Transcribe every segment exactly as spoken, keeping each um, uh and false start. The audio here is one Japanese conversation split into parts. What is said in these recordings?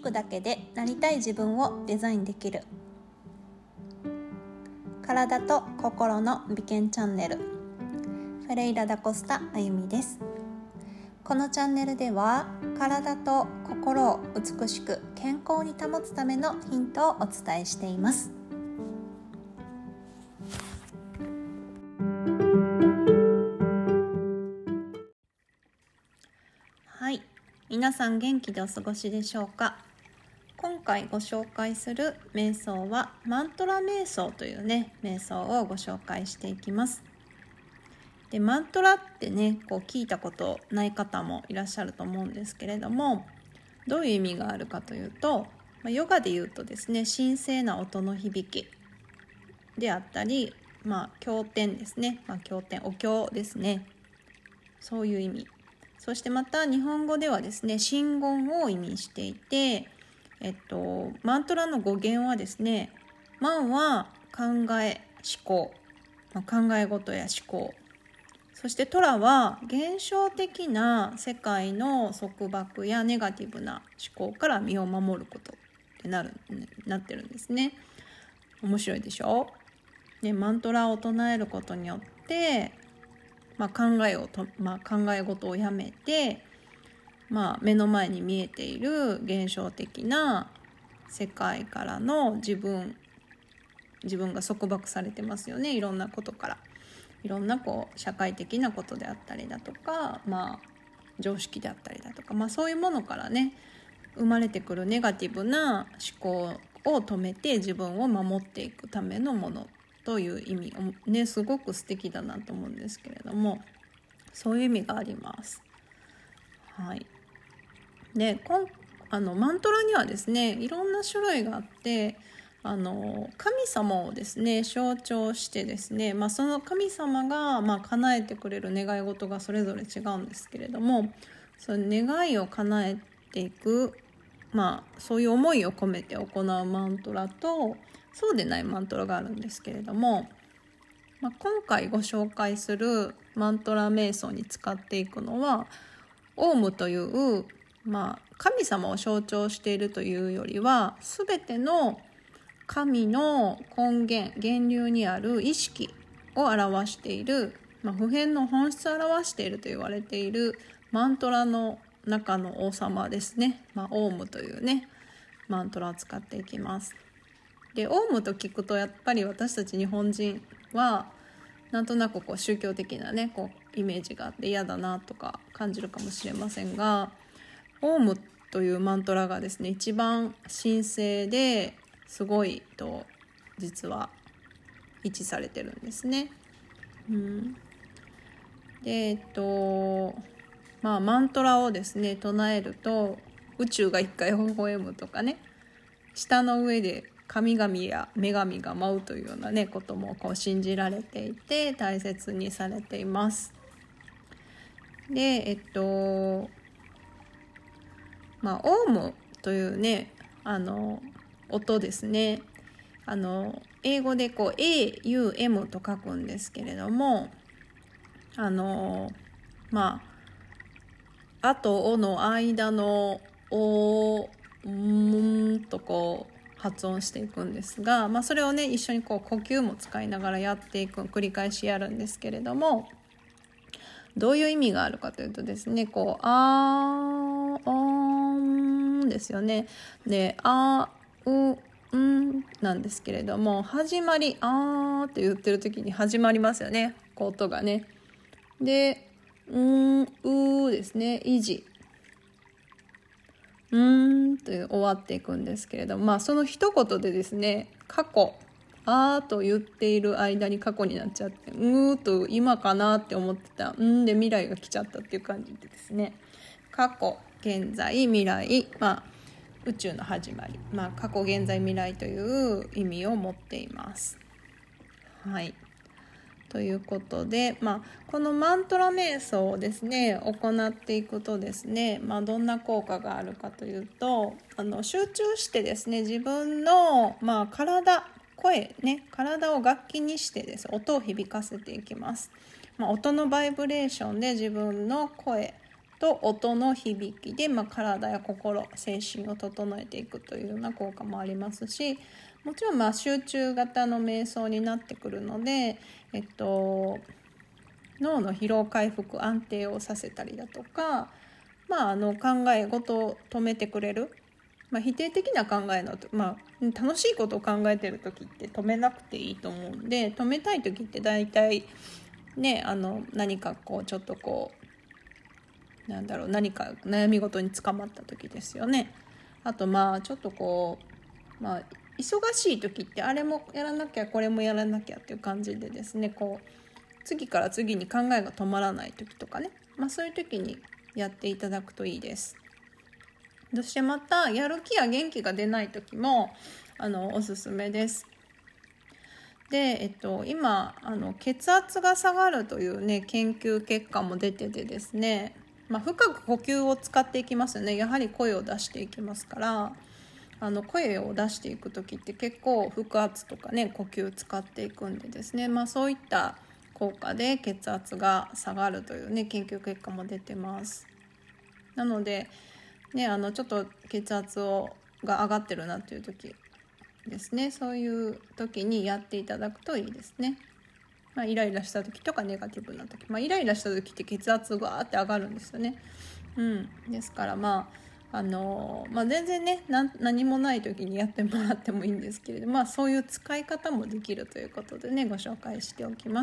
プだけでなりたい自分をデザインできる体と心の美健チャンネル、フェレイラ・ダ・コスタ・あゆみです。このチャンネルでは体と心を美しく健康に保つためのヒントをお伝えしています。はい、皆さん元気でお過ごしでしょうか。今回ご紹介する瞑想はマントラ瞑想というね瞑想をご紹介していきます。でマントラってねこう聞いたことない方もいらっしゃると思うんですけれども、どういう意味があるかというと、まあ、ヨガでいうとですね神聖な音の響きであったり、まあ経典ですね、まあ、経典お経ですね、そういう意味。そしてまた日本語ではですね真言を意味していて、えっと、マントラの語源はですね、マンは考え思考、まあ、考え事や思考、そしてトラは現象的な世界の束縛やネガティブな思考から身を守ることってなるなってるんですね。面白いでしょ。でマントラを唱えることによってまあ、考えをと、まあ、考え事をやめて、まあ、目の前に見えている現象的な世界からの自分自分が束縛されてますよね。いろんなことからいろんなこう社会的なことであったりだとか、まあ、常識であったりだとか、まあ、そういうものからね生まれてくるネガティブな思考を止めて自分を守っていくためのものという意味ね、すごく素敵だなと思うんですけれども、そういう意味があります。はい。で、こんあのマントラにはですね、いろんな種類があって、あの神様をですね象徴してですね、まあ、その神様がまあ叶えてくれる願い事がそれぞれ違うんですけれども、その願いを叶えていく、まあ、そういう思いを込めて行うマントラとそうでないマントラがあるんですけれども、まあ、今回ご紹介するマントラ瞑想に使っていくのはオウムという、まあ、神様を象徴しているというよりは全ての神の根源源流にある意識を表している、まあ、普遍の本質を表していると言われているマントラの中の王様ですね、まあ、オウムというねマントラを使っていきます。でオウムと聞くとやっぱり私たち日本人はなんとなくこう宗教的なねこうイメージがあって嫌だなとか感じるかもしれませんが、オウムというマントラがですね一番神聖ですごいと実は位置されてるんですね。うん、でえっとまあマントラをですね唱えると宇宙が一回微笑むとかね、舌の上で神々や女神が舞うというような、ね、こともこう信じられていて大切にされています。でえっとまあオウムというねあの音ですね、あの英語でこう エーユーエム と書くんですけれども、あのまああとおの間のおんとこう発音していくんですが、まあ、それをね一緒にこう呼吸も使いながらやっていく繰り返しやるんですけれども、どういう意味があるかというとですね、こうあーおんですよね。であうんなんですけれども、始まりあーって言ってる時に始まりますよね、こう音がね。でうんうーですね、維持うーんと終わっていくんですけれども、まあその一言でですね過去あーと言っている間に過去になっちゃって、うーと今かなって思ってたんで未来が来ちゃったっていう感じでですね、過去現在未来、まあ宇宙の始まり、まあ過去現在未来という意味を持っています。はい、ということで、まあ、このマントラ瞑想をですね行っていくとですね、まあ、どんな効果があるかというと、あの集中してですね自分の、まあ、体声ね体を楽器にしてです音を響かせていきます。まあ、音のバイブレーションで自分の声と音の響きで、まあ、体や心、精神を整えていくというような効果もありますし、もちろんまあ集中型の瞑想になってくるので、えっと、脳の疲労回復安定をさせたりだとか、まあ、あの考え事を止めてくれる、まあ、否定的な考えの、まあ、楽しいことを考えてる時って止めなくていいと思うんで、止めたい時って大体ね、あの何かこうちょっとこうなんだろう何か悩み事につかまった時ですよね。あとまあちょっとこう、まあ、忙しい時ってあれもやらなきゃこれもやらなきゃっていう感じでですね、こう次から次に考えが止まらない時とかね、まあ、そういう時にやっていただくといいです。そしてまたやる気や元気が出ない時もあのおすすめです。で、えっと、今あの血圧が下がるというね研究結果も出ててですね、まあ、深く呼吸を使っていきますよね。やはり声を出していきますから、あの声を出していく時って結構腹圧とかね呼吸使っていくんでですね、まあ、そういった効果で血圧が下がるというね研究結果も出てます。なのでね、あのちょっと血圧をが上がってるなっていう時ですね、そういう時にやっていただくといいですね。まあ、イライラした時とかネガティブな時、まあ、イライラした時って血圧がーって上がるんですよね。うん、ですからまああのーまあ、全然ねな何もない時にやってもらってもいいんですけれども、まあ、そういう使い方もできるということでねご紹介しておきます。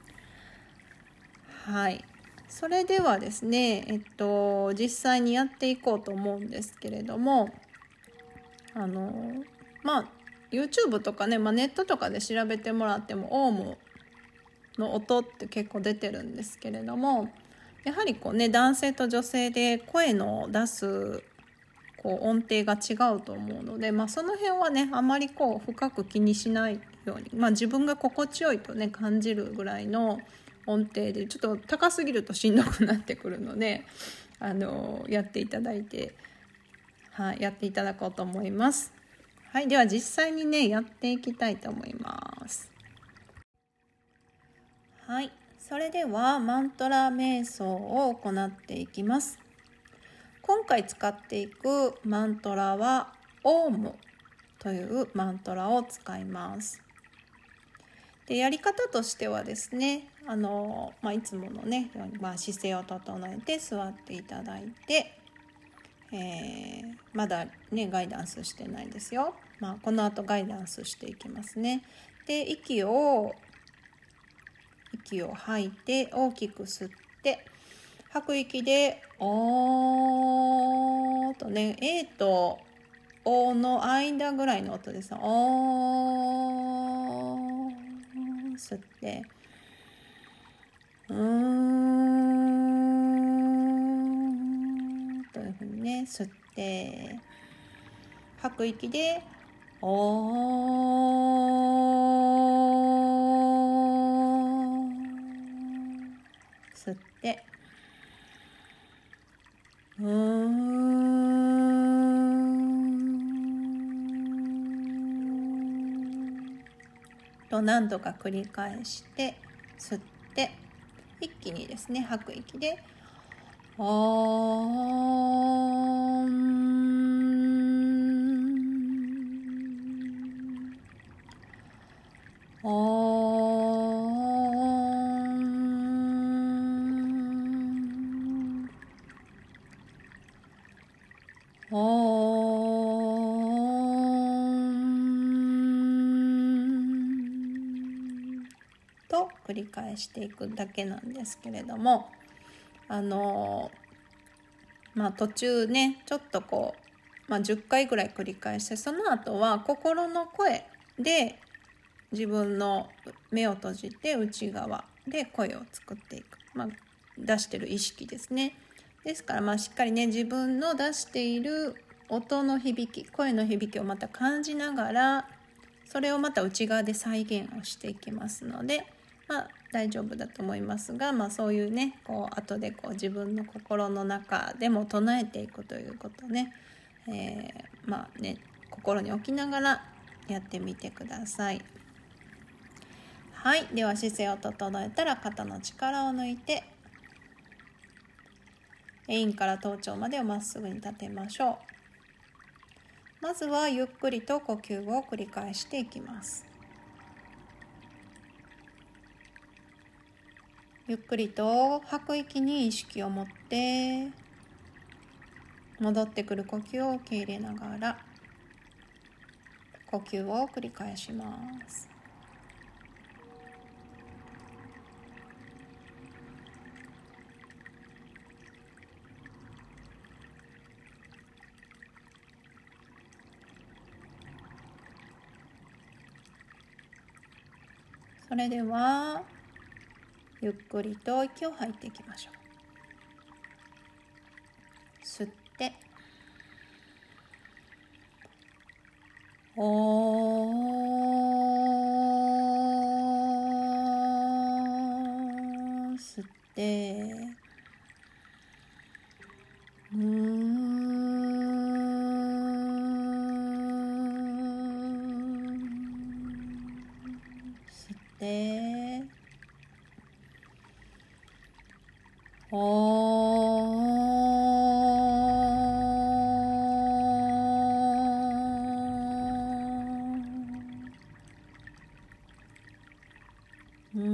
はい、それではですね、えっと、実際にやっていこうと思うんですけれども、あのまあ YouTube とかね、まあ、ネットとかで調べてもらってもオウムの音って結構出てるんですけれども、やはりこうね男性と女性で声の出すこう音程が違うと思うので、まあ、その辺はねあまりこう深く気にしないように、まあ、自分が心地よいとね感じるぐらいの音程で、ちょっと高すぎるとしんどくなってくるので、あのやっていただいて、はい、やっていただこうと思います。はい、では実際にねやっていきたいと思います。はい、それではマントラ瞑想を行っていきます。今回使っていくマントラはオウムというマントラを使います。でやり方としてはですね、あの、まあ、いつものね、まあ、姿勢を整えて座っていただいて、えー、まだねガイダンスしてないですよ。まあ、この後ガイダンスしていきますね。で息を息を吐いて大きく吸って、吐く息でおーとね、 A と O の間ぐらいの音です。おー吸ってうーんというふうにね吸って、吐く息でおー吸ってうーんと何度か繰り返して吸って、一気にですね吐く息でおーんおーんおーんと繰り返していくだけなんですけれども、あのまあ途中ねちょっとこう、まあ、じゅっかいぐらい繰り返して、その後は心の声で自分の目を閉じて内側で声を作っていく、まあ、出してる意識ですね。ですからまあしっかりね自分の出している音の響き、声の響きをまた感じながら、それをまた内側で再現をしていきますので、まあ、大丈夫だと思いますが、まあ、そういうねこう後でこう自分の心の中でも唱えていくということね、えー、まあね心に置きながらやってみてください。はい、では姿勢を整えたら肩の力を抜いて陰から頭頂までをまっすぐに立てましょう。まずはゆっくりと呼吸を繰り返していきます。ゆっくりと吐く息に意識を持って戻ってくる呼吸を受け入れながら呼吸を繰り返します。それではゆっくりと息を吐いていきましょう。吸っておー、吸ってうーん、吸っておー、うー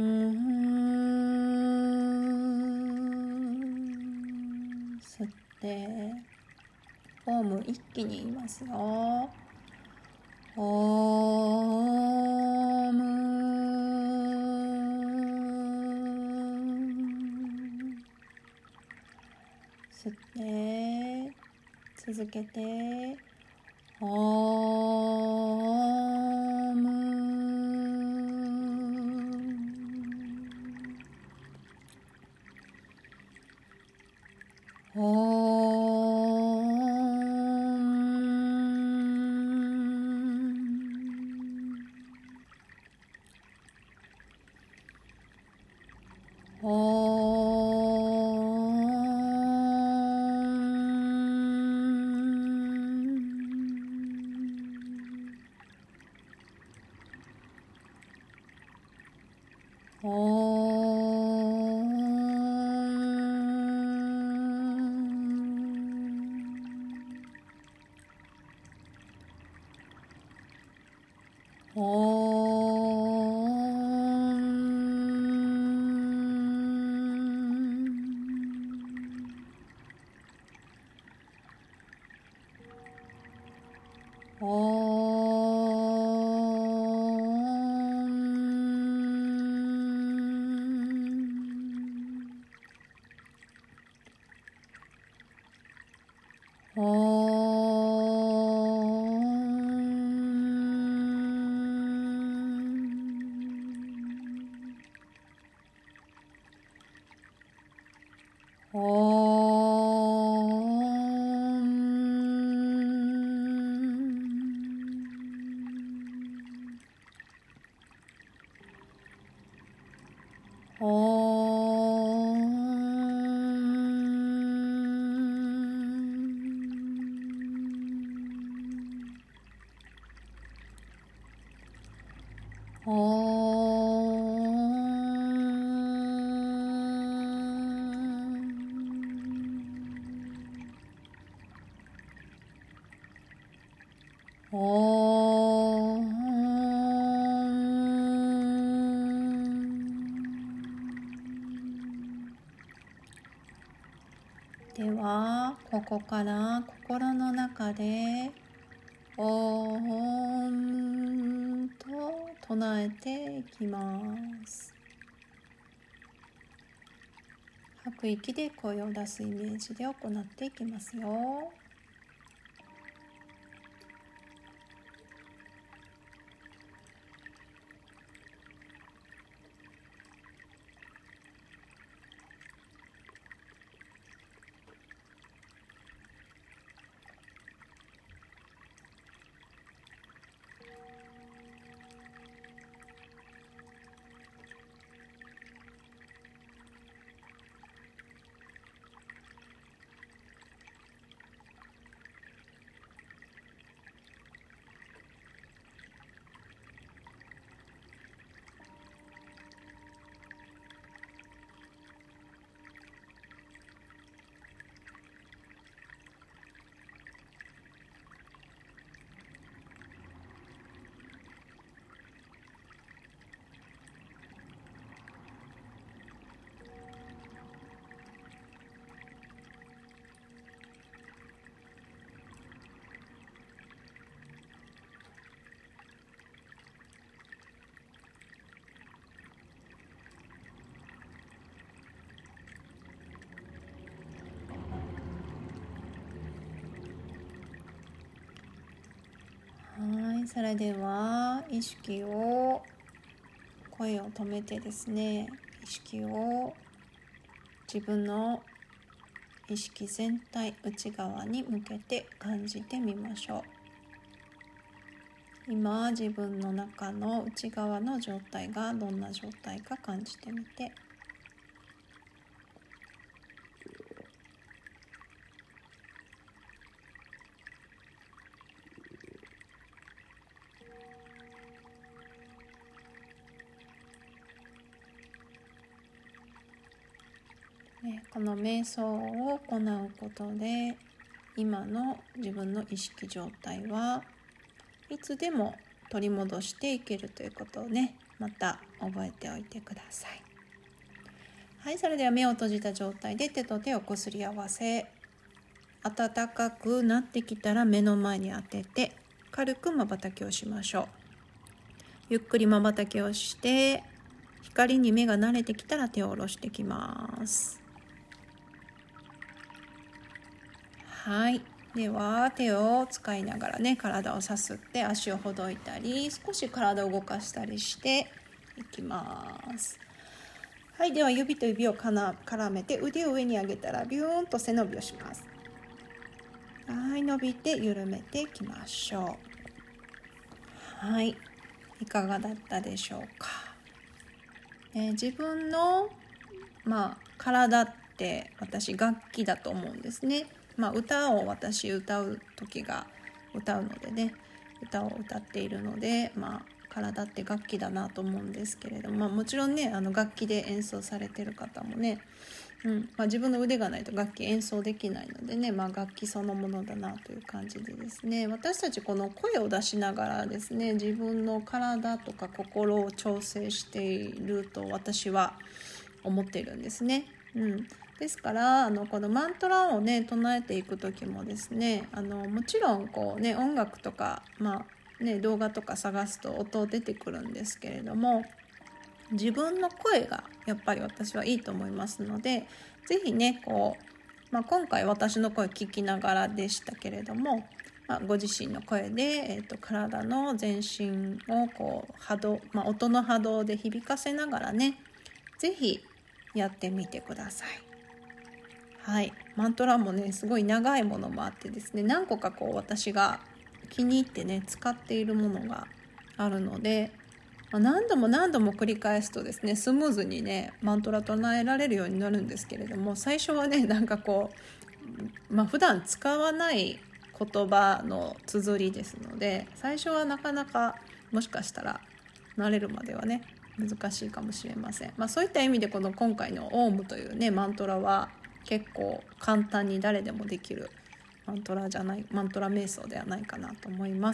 ん、吸ってフォーム一気に言いますよ。オーム、吸って続けてオーム、オーム、オーム、オーム、オーム、オーム、オーム、オーム、オーム、オーム、ではここから心の中でオームと唱えていきます。吐く息で声を出すイメージで行っていきますよ。 それでは意識を声を止めてですね、意識を自分の意識全体内側に向けて感じてみましょう。今自分の中の内側の状態がどんな状態か感じてみて、この瞑想を行うことで今の自分の意識状態はいつでも取り戻していけるということをね、また覚えておいてください。はい、それでは目を閉じた状態で手と手をこすり合わせ、暖かくなってきたら目の前に当てて軽く瞬きをしましょう。ゆっくり瞬きをして、光に目が慣れてきたら手を下ろしてきます。はい、では手を使いながらね、体をさすって足をほどいたり少し体を動かしたりしていきます。はい、では指と指をかな絡めて腕を上に上げたらビューンと背伸びをします。はい、伸びて緩めていきましょう。はい、いかがだったでしょうか。えー、自分の、まあ、体って私楽器だと思うんですね。まあ、歌を私歌う時が歌うのでね、歌を歌っているので、まあ、体って楽器だなと思うんですけれども、まあ、もちろんね、あの楽器で演奏されてる方もね、うんまあ、自分の腕がないと楽器演奏できないのでね、まあ、楽器そのものだなという感じでですね、私たちこの声を出しながらですね、自分の体とか心を調整していると私は思っているんですね。うん、ですからあのこのマントラをね唱えていく時もですね、あのもちろんこうね音楽とか、まあね、動画とか探すと音出てくるんですけれども、自分の声がやっぱり私はいいと思いますので、ぜひねこう、まあ、今回私の声聞きながらでしたけれども、まあ、ご自身の声で、えーと、体の全身をこう波動、まあ、音の波動で響かせながらね、ぜひやってみてください。はい、マントラもねすごい長いものもあってですね、何個かこう私が気に入ってね使っているものがあるので、まあ、何度も何度も繰り返すとですねスムーズにねマントラ唱えられるようになるんですけれども、最初はねなんかこう、まあ、普段使わない言葉の綴りですので、最初はなかなかもしかしたら慣れるまではね難しいかもしれません。まあ、そういった意味でこの今回のオームというねマントラは結構簡単に誰でもできるマントラじゃないマントラ瞑想ではないかなと思います。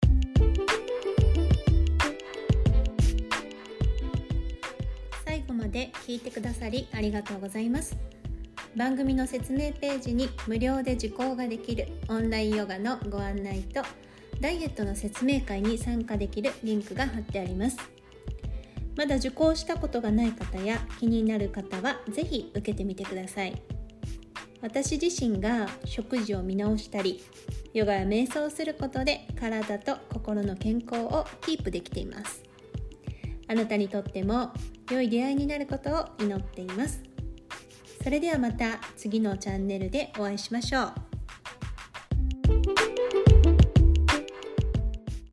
最後まで聞いてくださりありがとうございます。番組の説明ページに無料で受講ができるオンラインヨガのご案内とダイエットの説明会に参加できるリンクが貼ってあります。まだ受講したことがない方や気になる方はぜひ受けてみてください。私自身が食事を見直したり、ヨガや瞑想をすることで体と心の健康をキープできています。あなたにとっても良い出会いになることを祈っています。それではまた次のチャンネルでお会いしましょう。